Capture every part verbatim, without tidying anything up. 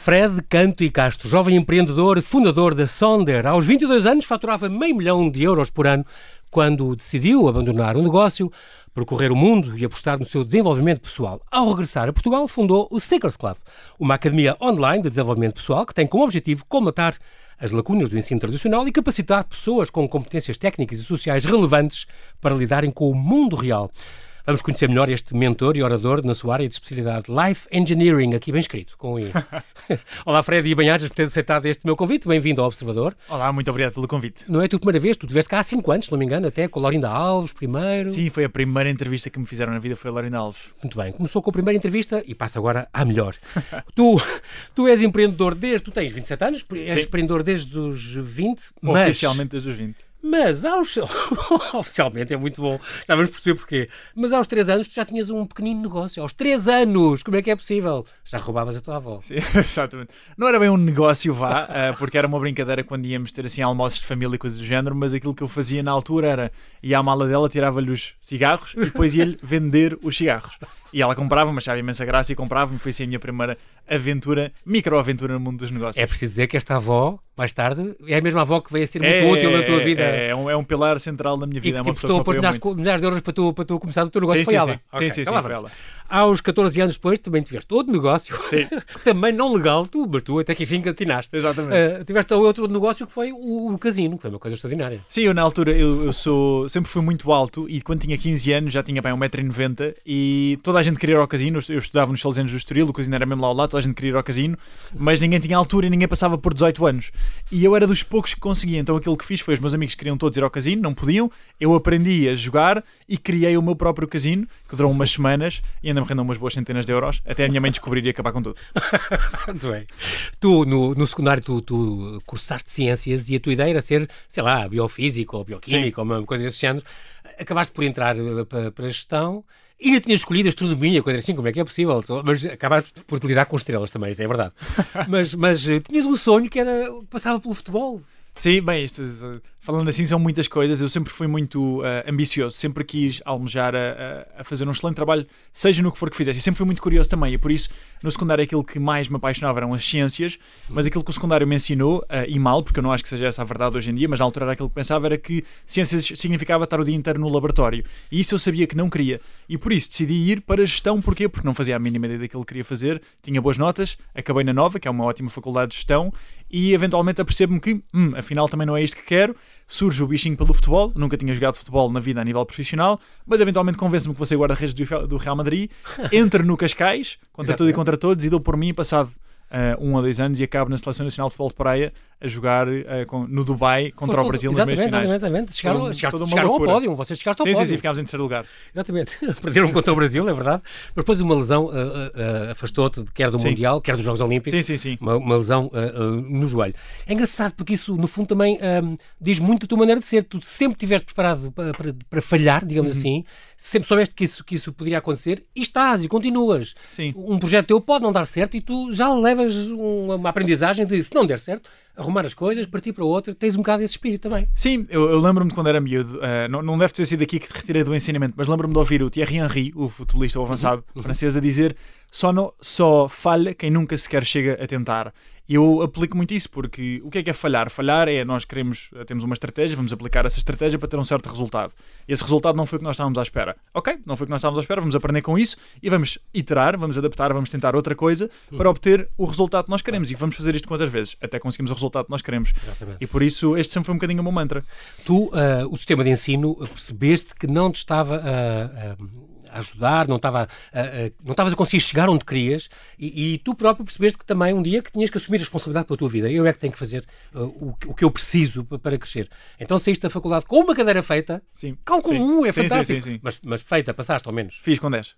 Fred Canto e Castro, jovem empreendedor, fundador da Sonder, aos vinte e dois anos faturava meio milhão de euros por ano quando decidiu abandonar o negócio, percorrer o mundo e apostar no seu desenvolvimento pessoal. Ao regressar a Portugal, fundou o Seekers Club, uma academia online de desenvolvimento pessoal que tem como objetivo colmatar as lacunas do ensino tradicional e capacitar pessoas com competências técnicas e sociais relevantes para lidarem com o mundo real. Vamos conhecer melhor este mentor e orador na sua área de especialidade Life Engineering, aqui bem escrito, com o I. Olá, Fred e Banhajas, por teres aceitado este meu convite. Bem-vindo ao Observador. Olá, muito obrigado pelo convite. Não é a tua primeira vez, tu estiveste cá há cinco anos, se não me engano, até com a Laurinda Alves primeiro. Sim, foi a primeira entrevista que me fizeram na vida, foi a Laurinda Alves. Muito bem, começou com a primeira entrevista e passa agora à melhor. tu, tu és empreendedor desde, tu tens vinte e sete anos, és Sim. empreendedor desde os vinte, mas... Oficialmente desde os vinte. Mas aos... Oficialmente é muito bom, já vamos perceber porquê. Mas aos três anos tu já tinhas um pequenino negócio. Aos três anos, como é que é possível? Já roubavas a tua avó. Sim, exatamente. Não era bem um negócio, vá, porque era uma brincadeira quando íamos ter assim almoços de família e coisas do género, mas aquilo que eu fazia na altura era ia à mala dela, tirava-lhe os cigarros e depois ia-lhe vender os cigarros. E ela comprava, mas achava imensa graça e comprava-me. Foi assim a minha primeira aventura, microaventura no mundo dos negócios. É preciso dizer que esta avó, mais tarde, é a mesma avó que veio a ser muito é, útil na tua vida. É, é, um, é um pilar central na minha vida. E que é uma tipo, estou a pôr milhares de euros para tu, para tu começar o teu negócio. Sim, foi sim, ela. Sim, okay, sim, sim, então sim, foi ela. Aos catorze anos depois também tiveste outro negócio, sim. também não legal, tu, mas tu até que enfim atinaste. Exatamente. Uh, tiveste outro negócio que foi o, o casino, que foi uma coisa extraordinária. Sim, eu na altura eu, eu sou, sempre fui muito alto e quando tinha quinze anos já tinha bem um metro e noventa e toda a gente queria ir ao casino. Eu estudava nos Salesianos do Estoril, o casino era mesmo lá ao lado, toda a gente queria ir ao casino, mas ninguém tinha altura e ninguém passava por dezoito anos. E eu era dos poucos que conseguia, então aquilo que fiz foi, os meus amigos queriam todos ir ao casino, não podiam, eu aprendi a jogar e criei o meu próprio casino, que durou umas semanas e ainda me rendeu umas boas centenas de euros, até a minha mãe descobrir e acabar com tudo. Muito bem. Tu, no, no secundário, tu, tu cursaste ciências e a tua ideia era ser, sei lá, biofísico ou bioquímico, ou uma coisa desse género. Acabaste por entrar para, para a gestão e ainda tinhas escolhido astronomia, coisa assim, como é que é possível? Mas acabaste por te lidar com estrelas também, isso é verdade. mas, mas tinhas um sonho que era passava pelo futebol. Sim, bem, isto, falando assim, são muitas coisas. Eu sempre fui muito uh, ambicioso, sempre quis almejar a, a, a fazer um excelente trabalho, seja no que for que fizesse. E sempre fui muito curioso também, e por isso, no secundário, aquilo que mais me apaixonava eram as ciências, mas aquilo que o secundário me ensinou, uh, e mal, porque eu não acho que seja essa a verdade hoje em dia, mas na altura era aquilo que pensava, era que ciências significava estar o dia inteiro no laboratório. E isso eu sabia que não queria. E por isso decidi ir para a gestão. Porquê? Porque não fazia a mínima ideia daquilo que queria fazer, tinha boas notas, acabei na Nova, que é uma ótima faculdade de gestão, e eventualmente apercebo-me que, hum, afinal também não é isto que quero, surge o bichinho pelo futebol, nunca tinha jogado futebol na vida a nível profissional, mas eventualmente convence-me que vou ser guarda-redes do Real Madrid, entro no Cascais, contra tudo e contra todos, e dou por mim, passado uh, um ou dois anos, e acabo na Seleção Nacional de Futebol de Praia a jogar uh, com, no Dubai contra Foi, o Brasil nos meios finais. Exatamente, chegaram, Todo, chegaram, chegaram ao pódio, vocês chegaram ao sim, pódio. Sim, sim, ficámos em terceiro lugar. Exatamente, perderam contra o Brasil, é verdade, mas depois uma lesão uh, uh, afastou-te, quer do sim. Mundial, quer dos Jogos Olímpicos, sim, sim, sim. Uma, uma lesão uh, uh, no joelho. É engraçado porque isso, no fundo, também uh, diz muito da tua maneira de ser. Tu sempre estiveste preparado para, para, para falhar, digamos uhum. assim, sempre soubeste que isso, que isso poderia acontecer e estás e continuas. Sim. Um projeto teu pode não dar certo e tu já levas uma, uma aprendizagem de, se não der certo, arrumar as coisas, partir para outra, tens um bocado esse espírito também. Sim, eu, eu lembro-me de quando era miúdo, uh, não, não deve ter sido aqui que te retirei do ensinamento, mas lembro-me de ouvir o Thierry Henry, o futebolista o avançado uhum. francês, a dizer só, não, só falha quem nunca sequer chega a tentar. E eu aplico muito isso, porque o que é que é falhar? Falhar é nós queremos, temos uma estratégia, vamos aplicar essa estratégia para ter um certo resultado. Esse resultado não foi o que nós estávamos à espera. Ok, não foi o que nós estávamos à espera, vamos aprender com isso e vamos iterar, vamos adaptar, vamos tentar outra coisa para obter o resultado que nós queremos. E vamos fazer isto quantas vezes? Até conseguimos o resultado que nós queremos. Exatamente. E por isso este sempre foi um bocadinho o meu mantra. Tu, uh, o sistema de ensino, percebeste que não te estava a... Uh, uh, a ajudar, não, estava, uh, uh, não estavas a conseguir chegar onde querias e, e tu próprio percebeste que também um dia que tinhas que assumir a responsabilidade pela tua vida. Eu é que tenho que fazer uh, o, o que eu preciso para, para crescer. Então saíste da faculdade com uma cadeira feita, sim. cálculo um, é sim, fantástico, sim, sim, sim. Mas, mas feita, passaste ao menos. Fiz com dez.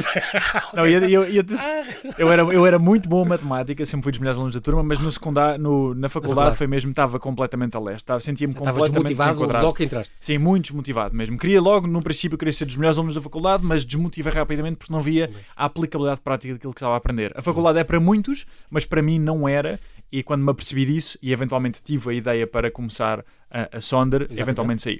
Não, eu, eu, eu, eu, era, eu era muito bom em matemática, sempre fui dos melhores alunos da turma, mas no secundário, no, na faculdade foi mesmo, estava completamente a leste, sentia-me completamente desenquadrado. Logo que entraste. Sim, muito desmotivado mesmo. Queria logo, no princípio, queria ser dos melhores alunos da faculdade, mas desmotivei rapidamente porque não via a aplicabilidade prática daquilo que estava a aprender. A faculdade é para muitos, mas para mim não era. E quando me apercebi disso e eventualmente tive a ideia para começar a, a Sonder, eventualmente saí.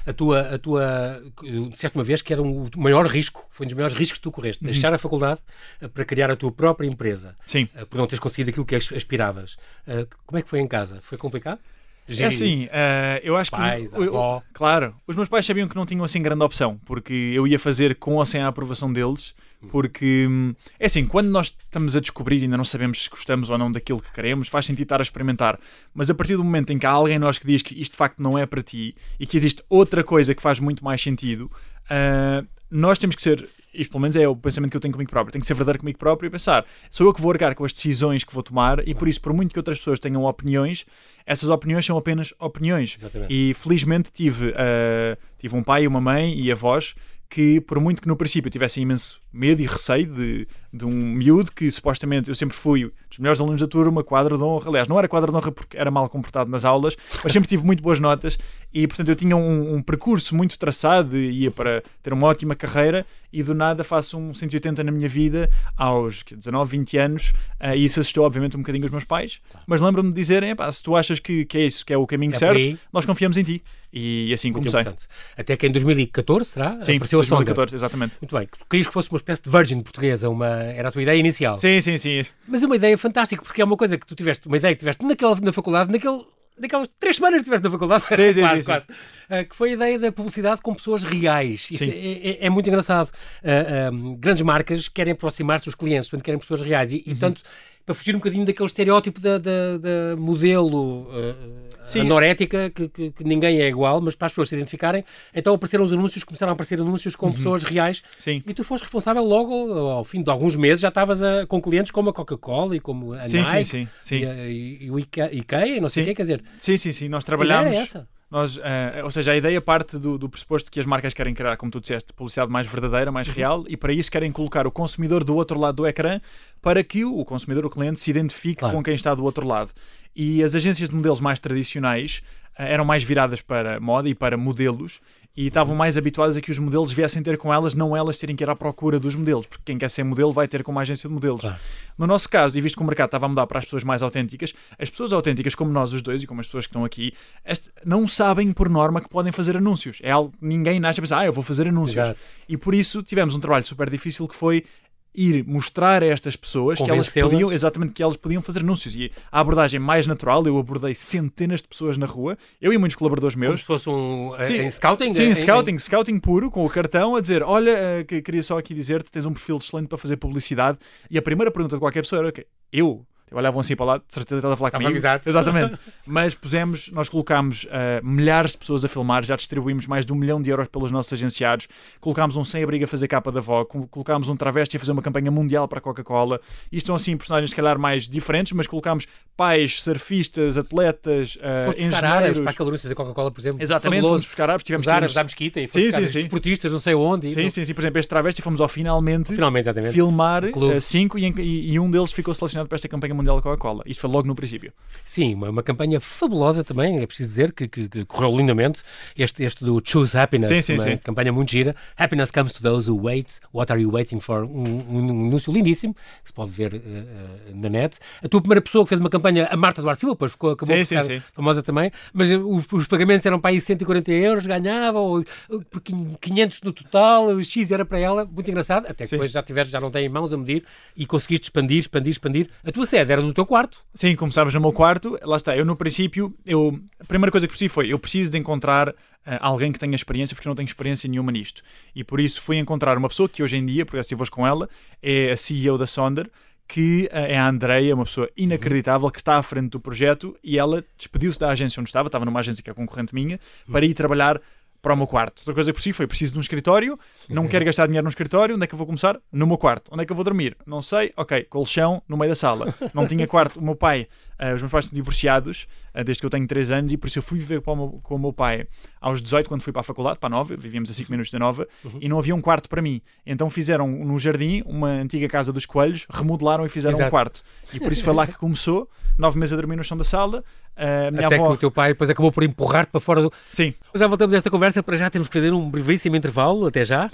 A tua, a tua, disseste uma vez que era um, o maior risco, foi um dos maiores riscos que tu correste, uhum. deixar a faculdade uh, para criar a tua própria empresa. Sim. Uh, por não teres conseguido aquilo que aspiravas. Uh, como é que foi em casa? Foi complicado? É assim, uh, eu acho pais, que... avó. Claro, os meus pais sabiam que não tinham assim grande opção, porque eu ia fazer com ou sem a aprovação deles, porque, é assim, quando nós estamos a descobrir e ainda não sabemos se gostamos ou não daquilo que queremos, faz sentido estar a experimentar. Mas a partir do momento em que há alguém em nós que diz que isto de facto não é para ti e que existe outra coisa que faz muito mais sentido, uh, nós temos que ser... Isto pelo menos é o pensamento que eu tenho comigo próprio. Tenho que ser verdadeiro comigo próprio e pensar, sou eu que vou arcar com as decisões que vou tomar e por isso, por muito que outras pessoas tenham opiniões, essas opiniões são apenas opiniões. Exatamente. E felizmente tive, uh, tive um pai, uma mãe e avós que, por muito que no princípio tivessem imenso medo e receio de, de um miúdo que supostamente eu sempre fui dos melhores alunos da turma, quadro de honra. Aliás, não era quadro de honra porque era mal comportado nas aulas, mas sempre tive muito boas notas e, portanto, eu tinha um, um percurso muito traçado e ia para ter uma ótima carreira e do nada faço um cento e oitenta na minha vida aos dezanove, vinte anos uh, e isso assustou, obviamente, um bocadinho os meus pais. Mas lembro-me de dizerem, se tu achas que, que é isso, que é o caminho é certo, nós confiamos em ti. E assim muito comecei. Importante. Até que em dois mil e catorze, será? Sim, apareceu dois mil e a catorze, Sonder. exatamente. Muito bem. Tu querias que fosse uma espécie de Virgin portuguesa, uma... era a tua ideia inicial. Sim, sim, sim. Mas é uma ideia fantástica, porque é uma coisa que tu tiveste, uma ideia que tiveste naquela, na faculdade, naquele... Daquelas três semanas que estiveste na faculdade, sim, sim, quase, sim, quase. Sim. Uh, que foi a ideia da publicidade com pessoas reais. Isso é, é, é muito engraçado. Uh, um, grandes marcas querem aproximar-se dos clientes, portanto, querem pessoas reais. E, uhum. e portanto, para fugir um bocadinho daquele estereótipo da, da, da modelo uh, anorética, que, que, que ninguém é igual, mas para as pessoas se identificarem, então apareceram os anúncios, começaram a aparecer anúncios com uhum. pessoas reais. Sim. E tu foste responsável logo, ao fim de alguns meses, já estavas a, com clientes como a Coca-Cola e como a sim, Nike sim, sim, sim. E, a, e, e o IKEA, não sei o quê, quer dizer... Sim, sim, sim, nós trabalhámos... A ideia é essa. Nós, uh, ou seja, a ideia parte do, do pressuposto que as marcas querem criar, como tu disseste, publicidade mais verdadeira, mais uhum. real, e para isso querem colocar o consumidor do outro lado do ecrã para que o consumidor, o cliente, se identifique claro. com quem está do outro lado. E as agências de modelos mais tradicionais uh, eram mais viradas para moda e para modelos e estavam mais habituadas a que os modelos viessem ter com elas, não elas terem que ir à procura dos modelos, porque quem quer ser modelo vai ter com uma agência de modelos. Claro. No nosso caso, e visto que o mercado estava a mudar para as pessoas mais autênticas, as pessoas autênticas, como nós os dois e como as pessoas que estão aqui, este, não sabem por norma que podem fazer anúncios. É algo, ninguém nasce a pensar, ah, eu vou fazer anúncios. Exato. E por isso tivemos um trabalho super difícil que foi ir mostrar a estas pessoas que elas podiam, exatamente, que elas podiam fazer anúncios. E a abordagem mais natural, eu abordei centenas de pessoas na rua, eu e muitos colaboradores meus. Como se fosse um sim, em scouting? Sim, em, scouting, em... scouting puro, com o cartão, a dizer, olha, uh, que queria só aqui dizer-te, tens um perfil excelente para fazer publicidade. E a primeira pergunta de qualquer pessoa era, okay, eu... olhavam assim para lá, de certeza estás a falar comigo. Exato. Exatamente. Mas pusemos, nós colocámos uh, milhares de pessoas a filmar, já distribuímos mais de um milhão de euros pelos nossos agenciados, colocámos um sem-abrigo a fazer capa da Vogue, colocámos um travesti a fazer uma campanha mundial para a Coca-Cola. Isto são assim personagens se calhar mais diferentes, mas colocámos pais, surfistas, atletas, uh, engenheiros. Árabes, para aquele anúncio da Coca-Cola, por exemplo. Exatamente, fabuloso. Fomos buscar árabes, tivemos os árabes da mesquita e sim, sim, sim. desportistas, não sei onde. Sim, sim, sim. Por exemplo, este travesti fomos ao finalmente, finalmente filmar uh, cinco e, e, e um deles ficou selecionado para esta campanha mundial da Coca-Cola. Isto foi logo no princípio. Sim, uma, uma campanha fabulosa também, é preciso dizer que, que, que correu lindamente. Este, este do Choose Happiness, sim, sim, uma sim. campanha muito gira. Happiness comes to those who wait. What are you waiting for? Um, um anúncio lindíssimo, que se pode ver uh, uh, na net. A tua primeira pessoa que fez uma campanha, a Marta Duarte Silva, depois ficou, acabou sim, de ficar sim, sim. famosa também, mas os, os pagamentos eram para aí cento e quarenta euros, ganhava, ou, ou quinhentos no total, o X era para ela, muito engraçado, até que sim. depois já tiveres, já não tem em mãos a medir e conseguiste expandir, expandir, expandir. A tua sede era no teu quarto. Sim, começámos no meu quarto, lá está, eu no princípio, eu, a primeira coisa que percebi foi, eu preciso de encontrar uh, alguém que tenha experiência, porque eu não tenho experiência nenhuma nisto. E por isso fui encontrar uma pessoa que hoje em dia, porque eu estive hoje com ela, é a C E O da Sonder, que uh, é a Andreia, uma pessoa inacreditável, que está à frente do projeto, e ela despediu-se da agência onde estava, estava numa agência que é concorrente minha, para ir trabalhar para o meu quarto. Outra coisa que por si foi, preciso de um escritório, não quero gastar dinheiro num escritório, onde é que eu vou começar? No meu quarto. Onde é que eu vou dormir? Não sei, ok, colchão no meio da sala. Não tinha quarto. O meu pai, uh, os meus pais estão divorciados, uh, desde que eu tenho três anos, e por isso eu fui viver com o, meu, com o meu pai aos dezoito, quando fui para a faculdade, para a Nova, vivíamos a cinco minutos da Nova, uhum. e não havia um quarto para mim. Então fizeram no jardim, uma antiga casa dos coelhos, remodelaram e fizeram Exato. um quarto. E por isso foi lá que começou, nove meses a dormir no chão da sala. Uh, minha Até avó... que o teu pai depois acabou por empurrar-te para fora do... Sim. Já voltamos a esta conversa, para já temos que fazer um brevíssimo intervalo, até já.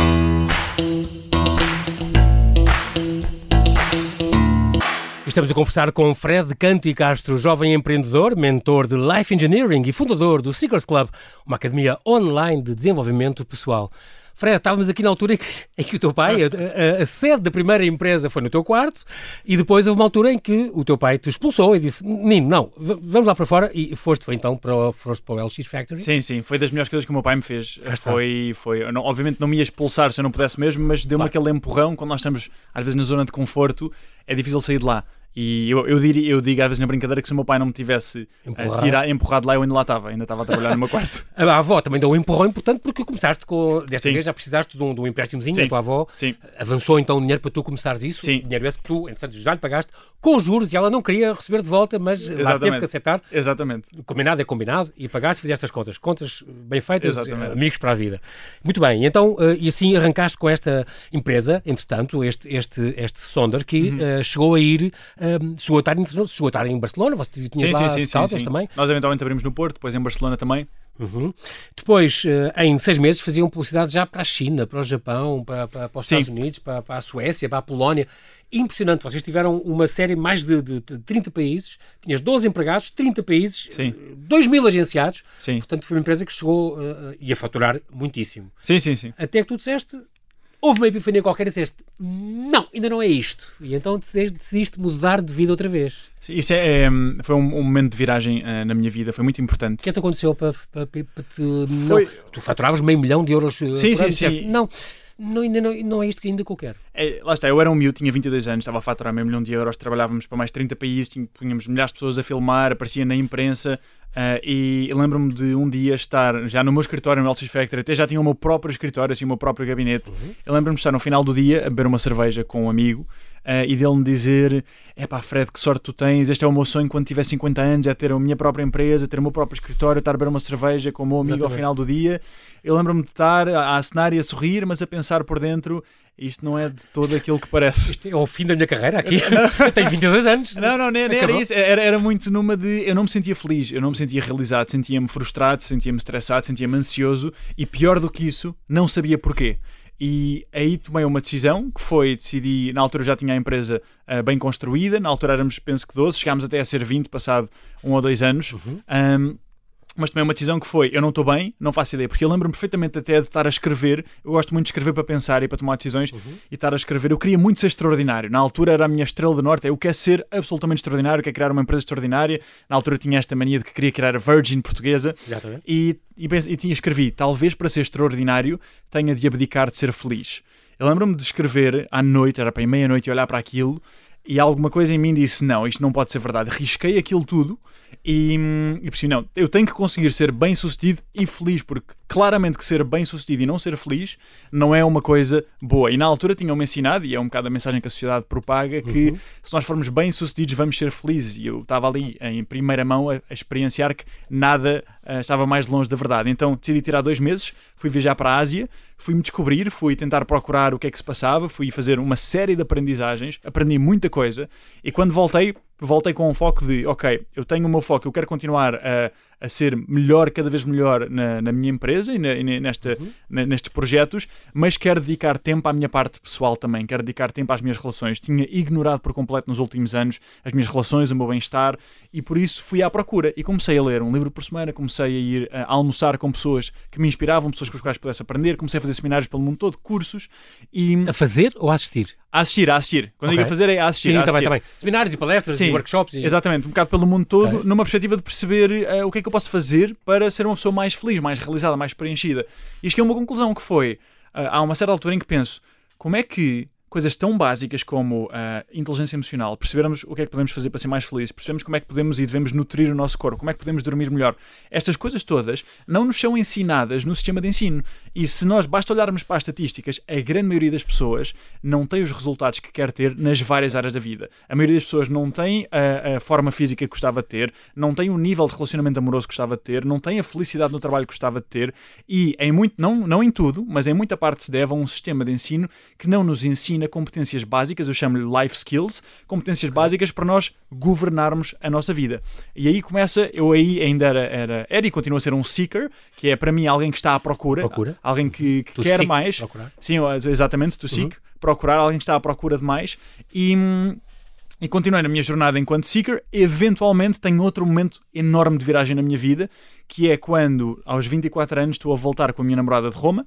Estamos a conversar com Fred Canty Castro, jovem empreendedor, mentor de Life Engineering e fundador do Seekers Club, uma academia online de desenvolvimento pessoal. Fred, estávamos aqui na altura em que, em que o teu pai, a, a, a sede da primeira empresa foi no teu quarto e depois houve uma altura em que o teu pai te expulsou e disse, menino, não, vamos lá para fora, e foste foi, então para o, foste para o L X Factory? Sim, sim, foi das melhores coisas que o meu pai me fez. Foi, foi, eu não, obviamente não me ia expulsar se eu não pudesse mesmo, mas deu-me claro. aquele empurrão. Quando nós estamos às vezes na zona de conforto, é difícil sair de lá. E eu, eu, diria, eu digo às vezes na brincadeira que se o meu pai não me tivesse uh, tira, empurrado lá, eu ainda lá estava, ainda estava a trabalhar no meu quarto. A avó também deu um empurrão importante porque começaste com, desta Sim. vez já precisaste de um, de um empréstimozinho, Sim. a tua avó Sim. avançou então o dinheiro para tu começares isso, Sim. dinheiro esse que tu, entretanto, já lhe pagaste com juros e ela não queria receber de volta, mas Exatamente. lá teve que aceitar. Exatamente. Combinado é combinado e pagaste e fizeste as contas, contas bem feitas, Exatamente. amigos para a vida. Muito bem, então, uh, e assim arrancaste com esta empresa, entretanto, este, este, este Sonder que uhum. uh, chegou a ir, uh, chegou a estar chegou a estar em Barcelona, você tinha lá sim, sim, sim. também? Nós eventualmente abrimos no Porto, depois em Barcelona também. Uhum. Depois, em seis meses, faziam publicidade já para a China, para o Japão, para, para, para os Estados sim. Unidos, para, para a Suécia, para a Polónia. Impressionante, vocês tiveram uma série mais de, de, de trinta países, tinhas doze empregados, trinta países, sim. dois mil agenciados, sim. portanto foi uma empresa que chegou uh, e a faturar muitíssimo. Sim, sim, sim. Até que tu disseste... Houve uma epifania qualquer e disseste, não, ainda não é isto. E então decidiste, decidiste mudar de vida outra vez. Sim, isso é, é, foi um, um momento de viragem uh, na minha vida, foi muito importante. O que é que aconteceu para, para, para te... Foi... Não, tu faturavas meio milhão de euros sim, por sim, ano, sim. Disseste, não, não, ainda não, não é isto que ainda que eu quero. É, lá está, eu era um miúdo, tinha vinte e dois anos, estava a faturar meio milhão de euros, trabalhávamos para mais de trinta países, tínhamos milhares de pessoas a filmar, aparecia na imprensa. Uh, e lembro-me de um dia estar já no meu escritório no L X Factory, até já tinha o meu próprio escritório, assim, o meu próprio gabinete. Uhum. Eu lembro-me de estar no final do dia a beber uma cerveja com um amigo uh, e dele me dizer: epá, Fred, que sorte tu tens, este é o meu sonho quando tiver cinquenta anos, é ter a minha própria empresa, ter o meu próprio escritório, estar a beber uma cerveja com o meu amigo Exatamente. Ao final do dia. Eu lembro-me de estar a acenar e a sorrir, mas a pensar por dentro: isto não é de todo aquilo que parece. Isto é o fim da minha carreira aqui. Eu tenho vinte e dois anos. Não, não, nem, nem era isso. Era, era muito numa de... Eu não me sentia feliz, eu não me sentia realizado, sentia-me frustrado, sentia-me estressado, sentia-me ansioso e, pior do que isso, não sabia porquê. E aí tomei uma decisão, que foi, decidi, na altura já tinha a empresa uh, bem construída, na altura éramos, penso que doze, chegámos até a ser vinte, passado um ou dois anos. Uhum. Um, mas também uma decisão que foi, eu não estou bem, não faço ideia, porque eu lembro-me perfeitamente até de estar a escrever, eu gosto muito de escrever para pensar e para tomar decisões, uhum. e estar a escrever, eu queria muito ser extraordinário, na altura era a minha estrela de norte, eu quero ser absolutamente extraordinário, quero criar uma empresa extraordinária, na altura tinha esta mania de que queria criar a Virgin portuguesa, e, e, e tinha escrevi, talvez para ser extraordinário tenha de abdicar de ser feliz. Eu lembro-me de escrever à noite, era para ir meia-noite e olhar para aquilo, e alguma coisa em mim disse, não, isto não pode ser verdade. Risquei aquilo tudo e, e percebi, não, eu tenho que conseguir ser bem-sucedido e feliz, porque claramente que ser bem-sucedido e não ser feliz não é uma coisa boa. E na altura tinham-me ensinado, e é um bocado a mensagem que a sociedade propaga, que uhum. se nós formos bem-sucedidos vamos ser felizes. E eu estava ali em primeira mão a, a experienciar que nada uh, estava mais longe da verdade. Então decidi tirar dois meses, fui viajar para a Ásia, fui-me descobrir, fui tentar procurar o que é que se passava, fui fazer uma série de aprendizagens, aprendi muita coisa, e quando voltei, voltei com um foco de, ok, eu tenho o meu foco, eu quero continuar a, a ser melhor, cada vez melhor na, na minha empresa e, na, e nesta, uhum. na, nestes projetos, mas quero dedicar tempo à minha parte pessoal também, quero dedicar tempo às minhas relações. Tinha ignorado por completo nos últimos anos as minhas relações, o meu bem-estar, e por isso fui à procura e comecei a ler um livro por semana, comecei a ir a almoçar com pessoas que me inspiravam, pessoas com as quais pudesse aprender, comecei a fazer seminários pelo mundo todo, cursos. E... A fazer ou a assistir? A assistir, a assistir. Quando okay. digo a fazer é a assistir. Sim, a também, assistir. também. Seminários e palestras Sim, e workshops. E... Exatamente, um bocado pelo mundo todo, okay. numa perspectiva de perceber uh, o que é que eu posso fazer para ser uma pessoa mais feliz, mais realizada, mais preenchida. E cheguei a uma conclusão que foi, uh, há uma certa altura em que penso, como é que coisas tão básicas como a uh, inteligência emocional, percebermos o que é que podemos fazer para ser mais felizes, percebemos como é que podemos e devemos nutrir o nosso corpo, como é que podemos dormir melhor. Estas coisas todas não nos são ensinadas no sistema de ensino. E se nós, basta olharmos para as estatísticas, a grande maioria das pessoas não tem os resultados que quer ter nas várias áreas da vida. A maioria das pessoas não tem a, a forma física que gostava de ter, não tem o nível de relacionamento amoroso que gostava de ter, não tem a felicidade no trabalho que gostava de ter, e em muito, não, não em tudo, mas em muita parte se deve a um sistema de ensino que não nos ensina competências básicas, eu chamo-lhe life skills, competências básicas para nós governarmos a nossa vida. E aí começa, eu aí ainda era, era, era e continua a ser um seeker, que é para mim alguém que está à procura, procura. alguém que, que quer mais. Procurar. Sim, exatamente, to seek, uhum. procurar, alguém que está à procura de mais. E, E continuei na minha jornada enquanto Seeker. Eventualmente tenho outro momento enorme de viragem na minha vida, que é quando, aos vinte e quatro anos, estou a voltar com a minha namorada de Roma,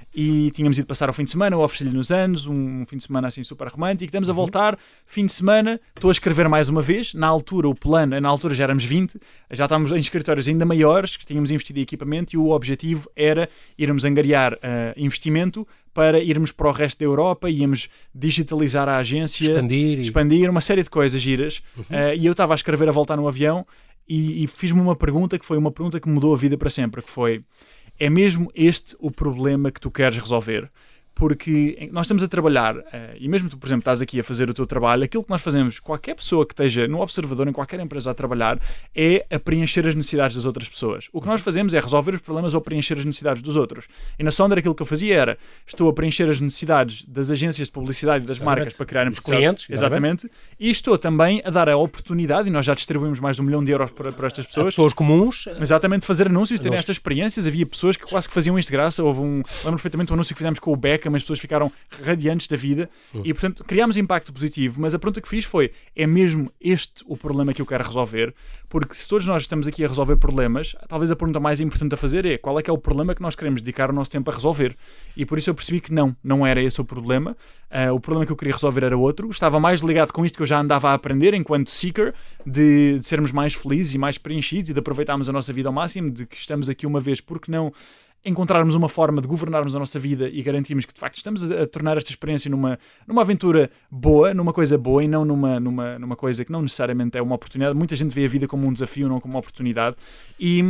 e tínhamos ido passar o fim de semana, eu ofereci-lhe nos anos, um fim de semana assim super romântico, estamos a voltar, fim de semana, estou a escrever mais uma vez, na altura o plano, na altura já éramos vinte, já estávamos em escritórios ainda maiores, que tínhamos investido em equipamento, e o objetivo era irmos angariar uh, investimento para irmos para o resto da Europa, íamos digitalizar a agência, expandir, e... expandir uma série de coisas giras, uhum. uh, e eu estava a escrever a voltar no avião, e, e fiz-me uma pergunta que foi uma pergunta que mudou a vida para sempre, que foi: é mesmo este o problema que tu queres resolver? Porque nós estamos a trabalhar, uh, e mesmo tu, por exemplo, estás aqui a fazer o teu trabalho, aquilo que nós fazemos, qualquer pessoa que esteja no Observador, em qualquer empresa a trabalhar, é a preencher as necessidades das outras pessoas. O que nós fazemos é resolver os problemas ou preencher as necessidades dos outros. E na Sonder aquilo que eu fazia era, estou a preencher as necessidades das agências de publicidade e das exatamente. Marcas para criarem os clientes. Exatamente. E estou também a dar a oportunidade, e nós já distribuímos mais de um milhão de euros para, para estas pessoas. A pessoas comuns. Exatamente, fazer anúncios, terem estas experiências. Havia pessoas que quase que faziam isto de graça. Houve um, lembro perfeitamente um anúncio que fizemos com o Beckham, as pessoas ficaram radiantes da vida, uhum. e portanto criámos impacto positivo, mas a pergunta que fiz foi: é mesmo este o problema que eu quero resolver? Porque se todos nós estamos aqui a resolver problemas, talvez a pergunta mais importante a fazer é: qual é que é o problema que nós queremos dedicar o nosso tempo a resolver? E por isso eu percebi que não, não era esse o problema. Uh, o problema que eu queria resolver era outro. Estava mais ligado com isto que eu já andava a aprender enquanto Seeker, de, de sermos mais felizes e mais preenchidos e de aproveitarmos a nossa vida ao máximo, de que estamos aqui uma vez, porque não encontrarmos uma forma de governarmos a nossa vida e garantirmos que de facto estamos a, a tornar esta experiência numa, numa aventura boa, numa coisa boa, e não numa, numa, numa coisa que não necessariamente é uma oportunidade. Muita gente vê a vida como um desafio, não como uma oportunidade. E,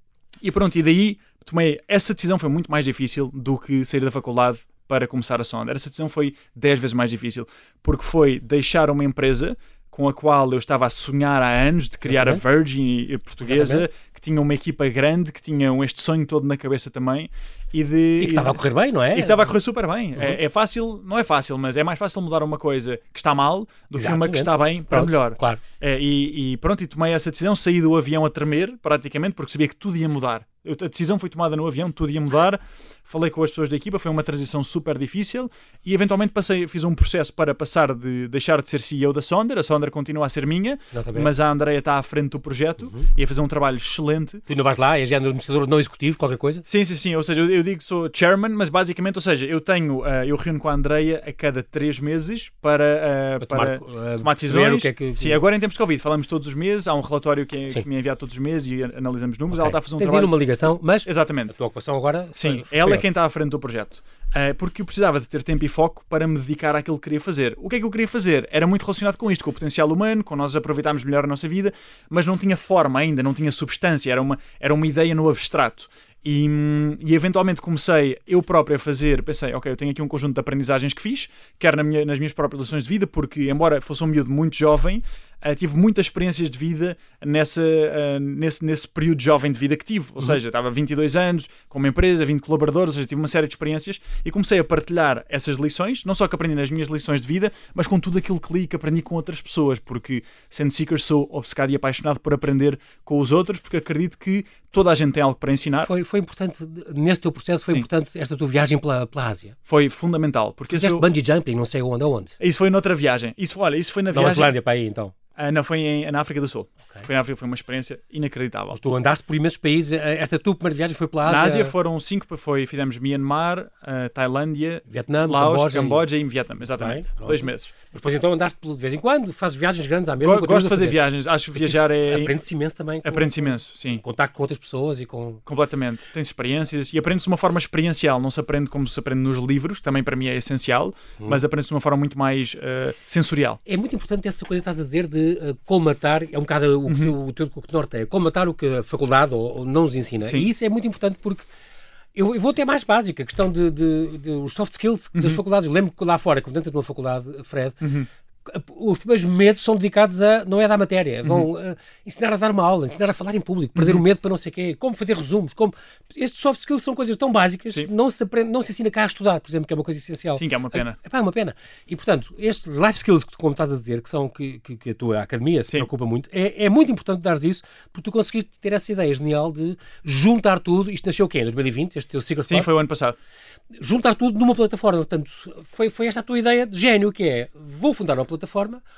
e pronto, e daí tomei, essa decisão foi muito mais difícil do que sair da faculdade para começar a Sonder. Essa decisão foi dez vezes mais difícil, porque foi deixar uma empresa com a qual eu estava a sonhar há anos, de criar Exatamente. A Virgin portuguesa, Exatamente. Que tinha uma equipa grande, que tinha este sonho todo na cabeça também. E, de, e que estava a correr bem, não é? E que estava a correr super bem. Uhum. É, é fácil, não é fácil, mas é mais fácil mudar uma coisa que está mal do Exatamente. Que uma que está bem para pronto, melhor. Claro. É, e, e pronto, e tomei essa decisão, saí do avião a tremer, praticamente, porque sabia que tudo ia mudar. Eu, a decisão foi tomada no avião, tudo ia mudar. Falei com as pessoas da equipa, foi uma transição super difícil e eventualmente passei, fiz um processo para passar de deixar de ser C E O da Sonder. A Sonder continua a ser minha, Exatamente. Mas a Andreia está à frente do projeto uhum. e a fazer um trabalho excelente. Tu não vais lá, és já administrador não executivo, qualquer coisa? Sim, sim, sim. Ou seja, eu, eu digo que sou chairman, mas basicamente, ou seja, eu tenho, uh, eu reúno com a Andreia a cada três meses para, uh, para, para tomar, uh, tomar decisões. O que é que, que... Sim, agora em tempos de Covid, falamos todos os meses, há um relatório que, é, que me é enviado todos os meses e analisamos números. Okay. Ela está a fazer um Tens trabalho... uma ligação, mas Exatamente. A tua ocupação agora... Sim, foi, ela foi é quem está à frente do projeto. Uh, porque eu precisava de ter tempo e foco para me dedicar àquilo que queria fazer. O que é que eu queria fazer? Era muito relacionado com isto, com o potencial humano, com nós aproveitarmos melhor a nossa vida, mas não tinha forma ainda, não tinha substância, era uma, era uma ideia no abstrato. E, e eventualmente comecei eu próprio a fazer, pensei, ok, eu tenho aqui um conjunto de aprendizagens que fiz, quer na minha, nas minhas próprias lições de vida, porque embora fosse um miúdo muito jovem, Uh, tive muitas experiências de vida nessa, uh, nesse, nesse período jovem de vida que tive, ou uhum. seja, estava vinte e dois anos, com uma empresa, vinte colaboradores, ou seja, tive uma série de experiências e comecei a partilhar essas lições, não só que aprendi nas minhas lições de vida, mas com tudo aquilo que li e que aprendi com outras pessoas, porque sendo Seeker sou obcecado e apaixonado por aprender com os outros, porque acredito que toda a gente tem algo para ensinar. Foi, foi importante, nesse teu processo, foi Sim. importante esta tua viagem pela, pela Ásia? Foi fundamental. Porque Fizeste eu... bungee jumping, não sei onde, aonde? Isso foi noutra viagem. Isso, olha, isso foi na Nova viagem... Zelândia para aí, então? Uh, não, foi em, na África do Sul. Okay. Foi na África, foi uma experiência inacreditável. Mas tu andaste por imensos países. Esta tua primeira viagem foi pela Ásia? Na Ásia foram cinco, foi, fizemos Myanmar, uh, Tailândia, Vietnã, Laos, Camboja, Camboja e, e Vietnã, exatamente. Bem, dois meses. Mas depois então andaste de vez em quando, fazes viagens grandes à mesma? Gosto de fazer, fazer viagens, acho que viajar é... Aprende-se imenso também. Aprende-se imenso, sim. Contacto com outras pessoas e com... Completamente. Tens experiências e aprende-se de uma forma experiencial, não se aprende como se aprende nos livros, que também para mim é essencial, hum. mas aprende-se de uma forma muito mais uh, sensorial. É muito importante essa coisa que estás a dizer de uh, colmatar, é um bocado o que uhum. o teu norte é, colmatar o que a faculdade ou, ou não nos ensina. Sim. E isso é muito importante porque eu, eu vou ter mais básica, a questão de, de, de os soft skills das uhum. faculdades. Eu lembro que lá fora, quando entras numa faculdade, Fred, uhum. os primeiros meses são dedicados a, não é dar matéria, vão uhum. uh, ensinar a dar uma aula, ensinar a falar em público, perder uhum. o medo para não sei o quê, como fazer resumos, como... Estes soft skills são coisas tão básicas, não se, aprende, não se ensina cá a estudar, por exemplo, que é uma coisa essencial. Sim, que é uma pena. É, é uma pena. E, portanto, estes life skills que tu, como estás a dizer, que são que, que, que a tua academia se Sim. preocupa muito, é, é muito importante dares isso, porque tu conseguiste ter essa ideia genial de juntar tudo. Isto nasceu o quê? Em dois mil e vinte? Este teu Secret Sim, Club? Foi o ano passado. Juntar tudo numa plataforma. Portanto, foi, foi esta a tua ideia de gênio, que é, vou fundar uma plataforma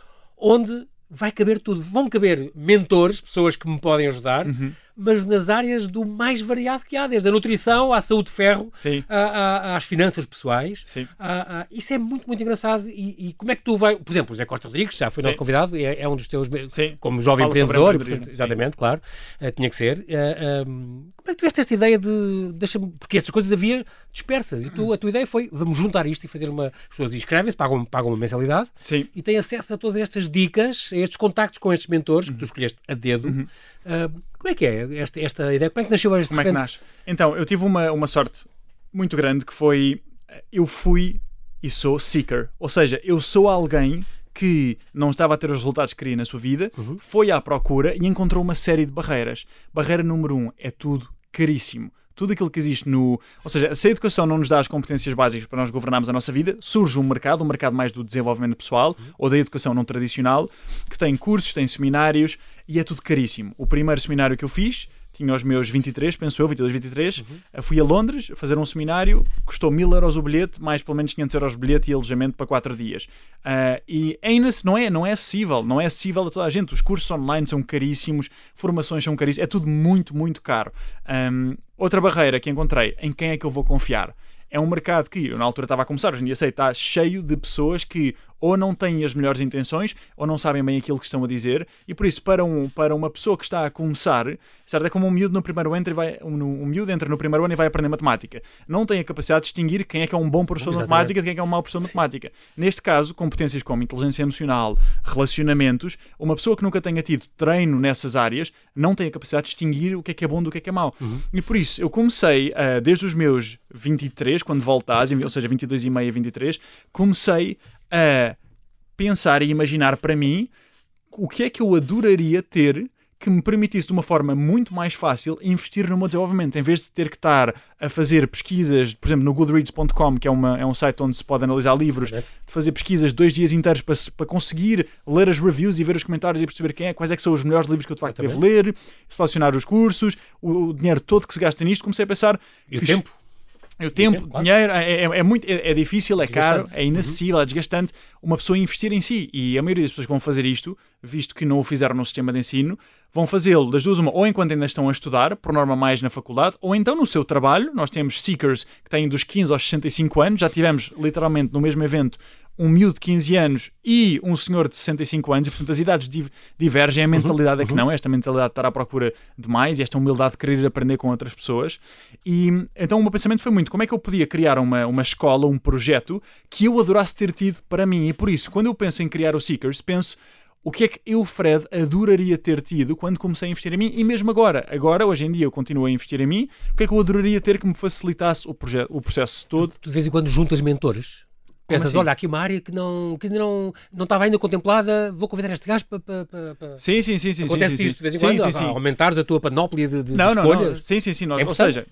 onde vai caber tudo. Vão caber mentores, pessoas que me podem ajudar, uhum. mas nas áreas do mais variado que há, desde a nutrição à saúde de ferro, a, a, às finanças pessoais. A, a, isso é muito, muito engraçado. E, e como é que tu vai... Por exemplo, o José Costa Rodrigues, já foi Sim. nosso convidado, é, é um dos teus... Sim. Como jovem Fala empreendedor, e, portanto, exatamente, Sim. claro, uh, tinha que ser. Uh, um, como é que tu tiveste esta ideia de... Deixa-me, porque estas coisas havia dispersas, e tu, a tua ideia foi, vamos juntar isto e fazer uma... As pessoas inscrevem-se, pagam, pagam uma mensalidade, Sim. e têm acesso a todas estas dicas, a estes contactos com estes mentores, uhum. que tu escolheste a dedo. Uhum. Uh, como é que é esta, esta ideia? Como é que nasceu este Como é que nasce? Então, eu tive uma, uma sorte muito grande que foi, eu fui e sou seeker, ou seja, eu sou alguém que não estava a ter os resultados que queria na sua vida, uhum. foi à procura e encontrou uma série de barreiras. Barreira número um, é tudo caríssimo. Tudo aquilo que existe no... Ou seja, se a educação não nos dá as competências básicas para nós governarmos a nossa vida, surge um mercado, um mercado mais do desenvolvimento pessoal uhum. ou da educação não tradicional, que tem cursos, tem seminários e é tudo caríssimo. O primeiro seminário que eu fiz, tinha os meus vinte e três, penso eu, vinte e dois, vinte e três, uhum. fui a Londres fazer um seminário, custou mil euros o bilhete, mais pelo menos quinhentos euros o bilhete e alojamento para quatro dias. Uh, e ainda não é, não é acessível, não é acessível a toda a gente. Os cursos online são caríssimos, formações são caríssimas, é tudo muito, muito caro. Um, outra barreira que encontrei, em quem é que eu vou confiar? É um mercado que, eu na altura estava a começar, hoje em dia sei, está cheio de pessoas que ou não têm as melhores intenções ou não sabem bem aquilo que estão a dizer, e por isso para, um, para uma pessoa que está a começar, certo? É como um miúdo no primeiro ano e vai, um, um miúdo entra no primeiro ano e vai aprender matemática. Não tem a capacidade de distinguir quem é que é um bom professor Exatamente. de matemática de quem é que é um mau professor de matemática. Neste caso, competências como inteligência emocional, relacionamentos, uma pessoa que nunca tenha tido treino nessas áreas não tem a capacidade de distinguir o que é que é bom do que é que é mau. Uhum. E por isso, eu comecei, uh, desde os meus vinte e três, quando voltasse, ou seja, vinte e dois e meio a vinte e três, comecei a pensar e imaginar para mim o que é que eu adoraria ter que me permitisse de uma forma muito mais fácil investir no meu desenvolvimento, em vez de ter que estar a fazer pesquisas, por exemplo, no goodreads ponto com, que é, uma, é um site onde se pode analisar livros, de fazer pesquisas dois dias inteiros para, para conseguir ler as reviews e ver os comentários e perceber quem é, quais é que são os melhores livros que eu de facto devo ler, selecionar os cursos, o, o dinheiro todo que se gasta nisto. Comecei a pensar... E o tempo? O tempo, tempo dinheiro, é, é, é, muito, é, é difícil, é caro, é inacessível, uhum. é desgastante uma pessoa investir em si. E a maioria das pessoas que vão fazer isto, visto que não o fizeram no sistema de ensino, vão fazê-lo das duas uma, ou enquanto ainda estão a estudar, por norma mais na faculdade, ou então no seu trabalho. Nós temos seekers que têm dos quinze aos sessenta e cinco anos, já tivemos literalmente no mesmo evento um miúdo de quinze anos e um senhor de sessenta e cinco anos, e portanto as idades divergem, a mentalidade uhum, é que não, esta mentalidade de estar à procura de mais e esta humildade de querer aprender com outras pessoas. E então o meu pensamento foi muito, como é que eu podia criar uma, uma escola, um projeto que eu adorasse ter tido para mim, e por isso, quando eu penso em criar o Seekers, penso o que é que eu, Fred, adoraria ter tido quando comecei a investir em mim, e mesmo agora, agora, hoje em dia eu continuo a investir em mim, o que é que eu adoraria ter que me facilitasse o, projeto, o processo todo. Tu, tu de vez em quando juntas mentores? Pensas, assim? Olha, aqui uma área que não, que não, não estava ainda contemplada, vou convidar este gajo para... para, para... Sim, sim, sim. sim Acontece sim, isto sim. de vez em sim, quando, sim, sim. aumentares a tua panóplia de, de, não, de não, escolhas. Não, sim, sim, sim. Nós, é ou seja,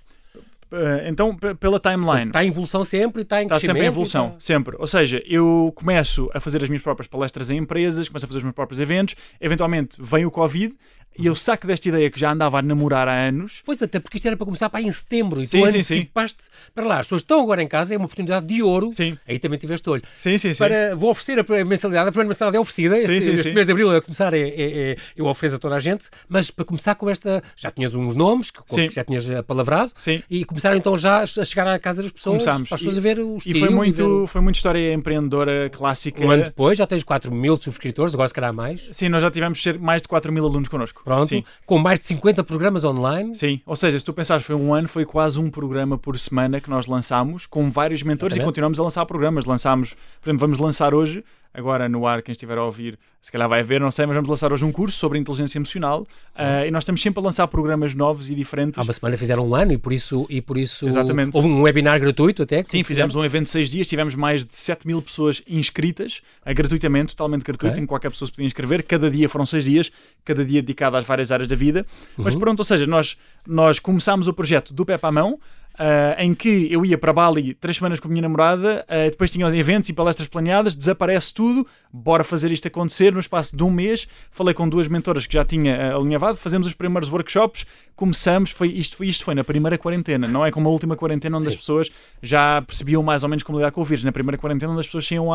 então, pela timeline... Está em evolução sempre, está em Está crescimento. sempre em evolução, está... sempre. Ou seja, eu começo a fazer as minhas próprias palestras em empresas, começo a fazer os meus próprios eventos, eventualmente vem o Covid... E eu saco desta ideia que já andava a namorar há anos. Pois, até porque isto era para começar para em setembro. E sim, tu sim, antecipaste sim. para lá. As pessoas estão agora em casa, é uma oportunidade de ouro. Sim. Aí também tiveste olho. Sim, sim, sim. Para, vou oferecer a mensalidade. A primeira mensalidade é oferecida. Sim, este, sim, este sim. mês de abril a começar, é, é, é, eu ofereço a toda a gente. Mas para começar com esta... Já tinhas uns nomes, que, que já tinhas apalavrado. Sim. E começaram então já a chegar à casa das pessoas. Começámos. Para as pessoas e, a ver o estilo. E foi muito, ver... foi muito história empreendedora clássica. Um ano depois já tens quatro mil subscritores, agora se calhar mais. Sim, nós já tivemos mais de quatro mil alunos connosco. Pronto. Sim. Com mais de cinquenta programas online. Sim, ou seja, se tu pensares, foi um ano, foi quase um programa por semana que nós lançámos, com vários mentores. Exatamente. E continuamos a lançar programas. Lançámos, por exemplo, vamos lançar hoje, agora no ar, quem estiver a ouvir, se calhar vai ver, não sei, mas vamos lançar hoje um curso sobre inteligência emocional, uh, e nós estamos sempre a lançar programas novos e diferentes. Há uma semana fizeram um ano e por isso, e por isso Exatamente. Houve um webinar gratuito até. Sim, fizemos um evento de seis dias, tivemos mais de sete mil pessoas inscritas, uh, gratuitamente, totalmente gratuito, okay. em que qualquer pessoa se podia inscrever. Cada dia foram seis dias, cada dia dedicado às várias áreas da vida. Uhum. Mas pronto, ou seja, nós, nós começámos o projeto do pé para a mão, Uh, em que eu ia para Bali três semanas com a minha namorada, uh, depois tinha os eventos e palestras planeadas, desaparece tudo, bora fazer isto acontecer. No espaço de um mês, falei com duas mentoras que já tinha uh, alinhavado, fazemos os primeiros workshops, começamos, foi, isto, foi, isto foi na primeira quarentena, não é como a última quarentena onde Sim. as pessoas já percebiam mais ou menos como lidar com o vírus. Na primeira quarentena onde as pessoas iam à,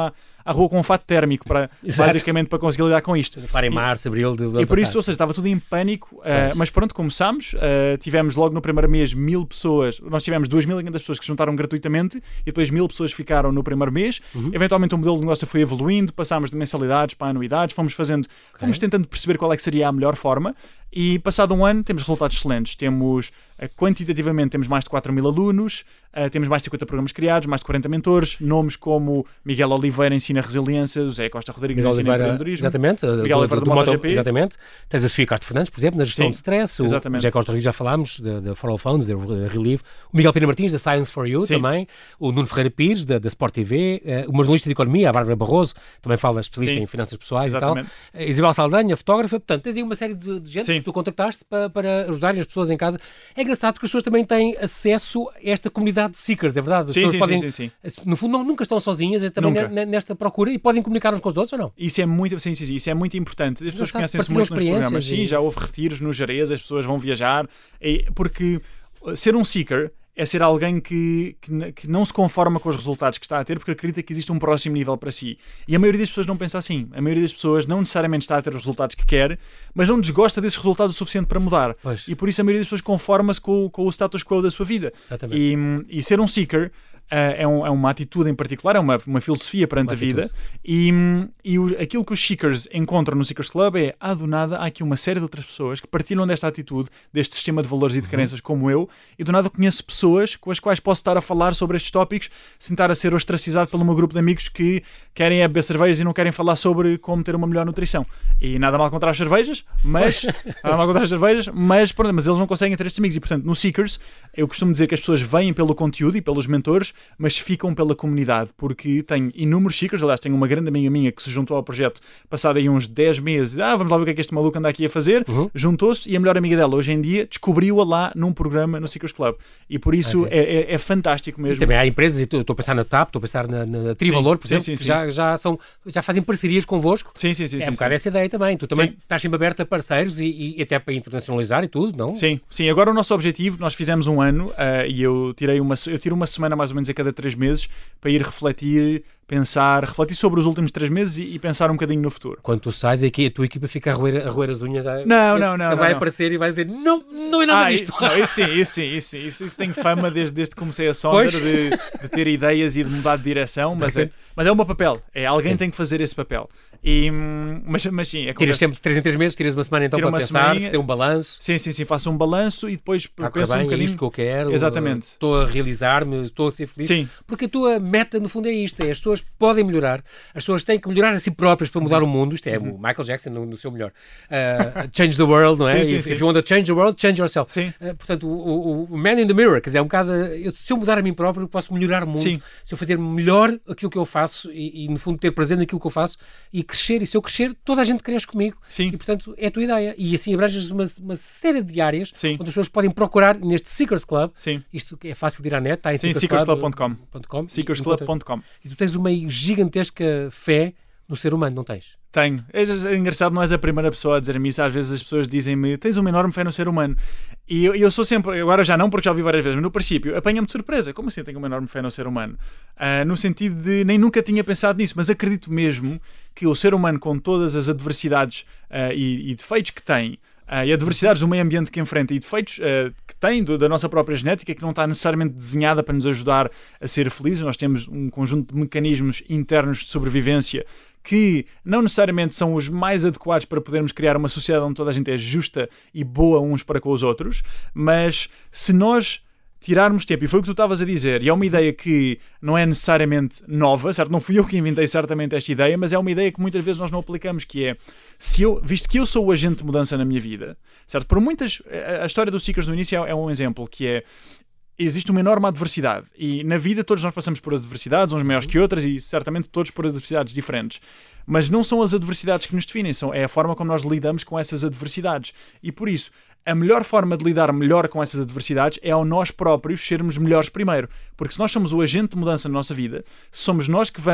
à rua com um fato térmico, para, basicamente para conseguir lidar com isto. Para em março, abril de, de E por isso, ou seja, estava tudo em pânico, uh, mas pronto, começámos, uh, tivemos logo no primeiro mês mil pessoas, nós tivemos duas mil e quinhentas pessoas que se juntaram gratuitamente e depois mil pessoas ficaram no primeiro mês. Uhum. Eventualmente o modelo de negócio foi evoluindo, passámos de mensalidades para anuidades, fomos fazendo, okay. fomos tentando perceber qual é que seria a melhor forma e passado um ano temos resultados excelentes. Temos, uh, quantitativamente, temos mais de quatro mil alunos, uh, temos mais de cinquenta programas criados, mais de quarenta mentores, nomes como Miguel Oliveira ensina resiliência, José Costa Rodrigues Miguel ensina Oliveira, empreendedorismo. Exatamente. Miguel Oliveira do, do, do MotoGP. Exatamente. Tens a Sofia Castro Fernandes, por exemplo, na gestão Sim, de stress. O exatamente. José Costa Rodrigues já falámos, da For All Phones, da Relive. O Miguel Pina Martins, da Science for You Sim. também. O Nuno Ferreira Pires, da, da Sport T V. Uh, uma jornalista de economia, a Bárbara Barroso, também fala especialista Sim. em finanças pessoais exatamente. e tal. Uh, Isabel Saldanha, fotógrafa. Portanto, tens aí uma série de, de gente Sim. que tu contactaste para, para ajudarem as pessoas em casa. É engraçado porque as pessoas também têm acesso a esta comunidade de seekers, é verdade? As sim, pessoas sim, podem, sim, sim, sim. No fundo, não, nunca estão sozinhas também nesta procura e podem comunicar uns com os outros ou não? Isso é muito, sim, sim, sim, isso é muito importante. As pessoas conhecem-se muito nos programas. E... Sim, já houve retiros no Jerez, as pessoas vão viajar. E, porque ser um seeker é ser alguém que, que, que não se conforma com os resultados que está a ter porque acredita que existe um próximo nível para si. E a maioria das pessoas não pensa assim. A maioria das pessoas não necessariamente está a ter os resultados que quer, mas não desgosta desses resultados o suficiente para mudar. Pois. E por isso a maioria das pessoas conforma-se com, com o status quo da sua vida. E, e ser um seeker Uh, é, um, é uma atitude em particular, é uma, uma filosofia perante uma a vida e, e o, aquilo que os Seekers encontram no Seekers Club é, ah, do nada, há aqui uma série de outras pessoas que partilham desta atitude, deste sistema de valores e de crenças uhum. como eu, e do nada conheço pessoas com as quais posso estar a falar sobre estes tópicos sem estar a ser ostracizado pelo meu grupo de amigos que querem é beber cervejas e não querem falar sobre como ter uma melhor nutrição. E nada mal contra as cervejas, mas nada mal contra as cervejas, mas, pronto, mas eles não conseguem ter estes amigos e, portanto, no Seekers eu costumo dizer que as pessoas vêm pelo conteúdo e pelos mentores, mas ficam pela comunidade, porque tem inúmeros seekers. Aliás, tenho uma grande amiga minha que se juntou ao projeto passado aí uns dez meses, ah, vamos lá ver o que é que este maluco anda aqui a fazer, uhum. juntou-se e a melhor amiga dela hoje em dia descobriu-a lá num programa no Seekers Club, e por isso okay. é, é, é fantástico mesmo. E também há empresas, estou a pensar na T A P, estou a pensar na, na Trivalor, por sim, exemplo, sim, sim, que sim. Já, já, são, já fazem parcerias convosco. Sim, sim, sim. É sim, um bocado sim. essa ideia também, tu também sim. estás sempre aberto a parceiros e, e até para internacionalizar e tudo, não? Sim, sim, agora o nosso objetivo, nós fizemos um ano uh, e eu tirei uma, eu tiro uma semana mais ou menos a cada três meses para ir refletir, pensar, refletir sobre os últimos três meses e, e pensar um bocadinho no futuro. Quando tu sais, aqui, a tua equipa fica a roer, a roer as unhas. A, não, não, não. Vai não, aparecer não. e vai dizer, não, não é nada ah, disto. Não, isso sim, isso sim, isso sim. Isso, isso tem fama desde, desde que comecei a Sonder de, de ter ideias e de mudar de direção, mas é, mas é o meu papel. É, alguém sim. tem que fazer esse papel. E, mas, mas sim, acontece. Tiras sempre de três em três meses, tiras uma semana então para pensar, semaninha, ter um balanço. Sim, sim, sim, faço um balanço e depois ah, penso bem, um bocadinho. É isto que eu quero. Exatamente. Estou a realizar-me, estou a ser feliz. Sim. Porque a tua meta no fundo é isto, é as pessoas podem melhorar, as pessoas têm que melhorar a si próprias para mudar o mundo. Isto é uhum. o Michael Jackson no, no seu melhor. Uh, change the world, não é? Sim, sim, if, sim. if you want to change the world, change yourself. Sim. Uh, portanto, o, o man in the mirror, quer dizer, é um bocado, eu, se eu mudar a mim próprio, eu posso melhorar o mundo. Sim. Se eu fazer melhor aquilo que eu faço e, e no fundo ter prazer naquilo que eu faço e crescer, e se eu crescer, toda a gente cresce comigo. Sim. E portanto é a tua ideia. E assim abranges uma, uma série de áreas Sim. onde as pessoas podem procurar neste Seekers Club. Sim. Isto é fácil de ir à net, está em seekers club ponto com. seekers club ponto com. E tu tens uma gigantesca fé no ser humano, não tens? Tenho. É engraçado, não és a primeira pessoa a dizer-me isso. Às vezes as pessoas dizem-me, tens uma enorme fé no ser humano. E eu, eu sou sempre, agora já não, porque já ouvi várias vezes, mas no princípio apanha-me de surpresa. Como assim tenho uma enorme fé no ser humano? Uh, no sentido de, nem nunca tinha pensado nisso, mas acredito mesmo que o ser humano, com todas as adversidades uh, e, e defeitos que tem, Uh, e adversidades do meio ambiente que enfrenta e defeitos uh, que tem do, da nossa própria genética, que não está necessariamente desenhada para nos ajudar a ser felizes. Nós temos um conjunto de mecanismos internos de sobrevivência que não necessariamente são os mais adequados para podermos criar uma sociedade onde toda a gente é justa e boa uns para com os outros, mas se nós tirarmos tempo, e foi o que tu estavas a dizer, e é uma ideia que não é necessariamente nova, certo? Não fui eu que inventei certamente esta ideia, mas é uma ideia que muitas vezes nós não aplicamos, que é, se eu, visto que eu sou o agente de mudança na minha vida, certo? Por muitas, a história dos Seekers no início é um exemplo, que é, existe uma enorme adversidade, e na vida todos nós passamos por adversidades, uns maiores que outras, e certamente todos por adversidades diferentes. Mas não são as adversidades que nos definem, são, é a forma como nós lidamos com essas adversidades. E por isso, a melhor forma de lidar melhor com essas adversidades é ao nós próprios sermos melhores primeiro. Porque se nós somos o agente de mudança na nossa vida, somos nós que vamos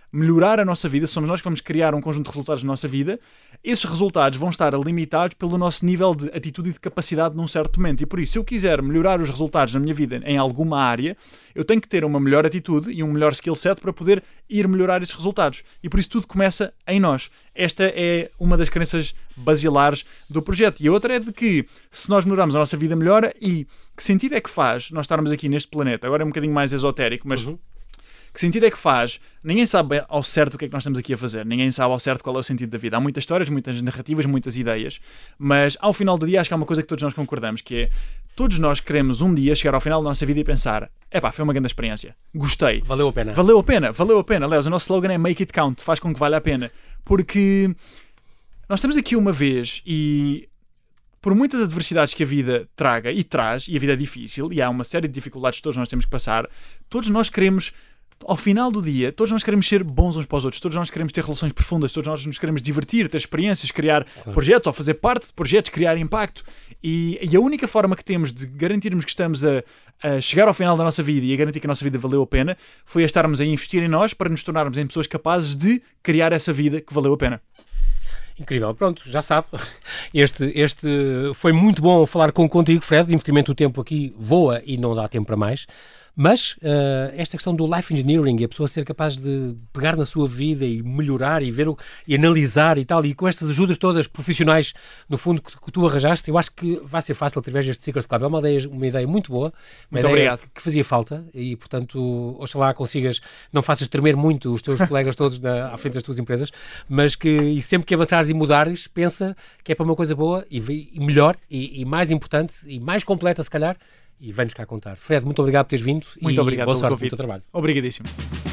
melhorar a nossa vida, somos nós que vamos criar um conjunto de resultados na nossa vida, esses resultados vão estar limitados pelo nosso nível de atitude e de capacidade num certo momento. E por isso, se eu quiser melhorar os resultados na minha vida em alguma área, eu tenho que ter uma melhor atitude e um melhor skill set para poder ir melhorar esses resultados. E por isso tudo começa em nós. Esta é uma das crenças basilares do projeto. E a outra é de que, se nós melhorarmos a nossa vida, melhora. E que sentido é que faz nós estarmos aqui neste planeta? Agora é um bocadinho mais esotérico, mas... Uhum. Que sentido é que faz? Ninguém sabe ao certo o que é que nós estamos aqui a fazer. Ninguém sabe ao certo qual é o sentido da vida. Há muitas histórias, muitas narrativas, muitas ideias. Mas ao final do dia acho que há uma coisa que todos nós concordamos, que é todos nós queremos um dia chegar ao final da nossa vida e pensar: epá, foi uma grande experiência. Gostei. Valeu a pena. Valeu a pena. Valeu a pena. Aliás, o nosso slogan é Make It Count. Faz com que valha a pena. Porque nós estamos aqui uma vez e... por muitas adversidades que a vida traga e traz, e a vida é difícil, e há uma série de dificuldades que todos nós temos que passar, todos nós queremos, ao final do dia, todos nós queremos ser bons uns para os outros, todos nós queremos ter relações profundas, todos nós nos queremos divertir, ter experiências, criar claro. projetos, ou fazer parte de projetos, criar impacto. E, e a única forma que temos de garantirmos que estamos a, a chegar ao final da nossa vida e a garantir que a nossa vida valeu a pena, foi a estarmos a investir em nós para nos tornarmos em pessoas capazes de criar essa vida que valeu a pena. Incrível, pronto, já sabe, este, este foi muito bom falar com, contigo, Fred, infelizmente o tempo aqui voa e não dá tempo para mais, mas uh, esta questão do life engineering e a pessoa ser capaz de pegar na sua vida e melhorar e ver o, e analisar e tal, e com estas ajudas todas profissionais, no fundo, que, que tu arranjaste, eu acho que vai ser fácil através deste Seekers Club. É uma ideia, uma ideia muito boa, uma muito ideia obrigado. que fazia falta e, portanto, oxalá consigas, não faças tremer muito os teus colegas todos na, à frente das tuas empresas, mas que e sempre que avançares e mudares, pensa que é para uma coisa boa e, e melhor e, e mais importante e mais completa, se calhar, e vem-nos cá contar. Fred, muito obrigado por teres vindo. Muito e obrigado boa pelo sorte convite. no teu trabalho. Obrigadíssimo.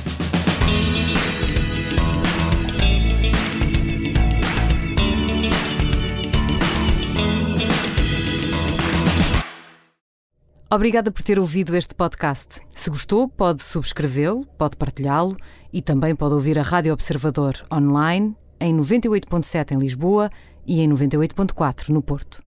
Obrigada por ter ouvido este podcast. Se gostou, pode subscrevê-lo, pode partilhá-lo e também pode ouvir a Rádio Observador online em noventa e oito ponto sete em Lisboa e em noventa e oito ponto quatro no Porto.